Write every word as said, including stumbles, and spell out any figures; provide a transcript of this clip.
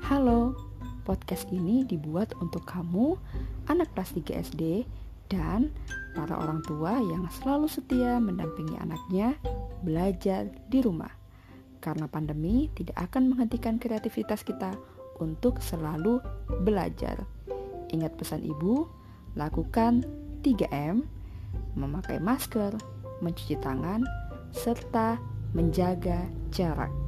Halo, podcast ini dibuat untuk kamu, anak kelas tiga S D, dan para orang tua yang selalu setia mendampingi anaknya belajar di rumah. Karena pandemi tidak akan menghentikan kreativitas kita untuk selalu belajar. Ingat pesan ibu, lakukan tiga M, memakai masker, mencuci tangan, serta menjaga jarak.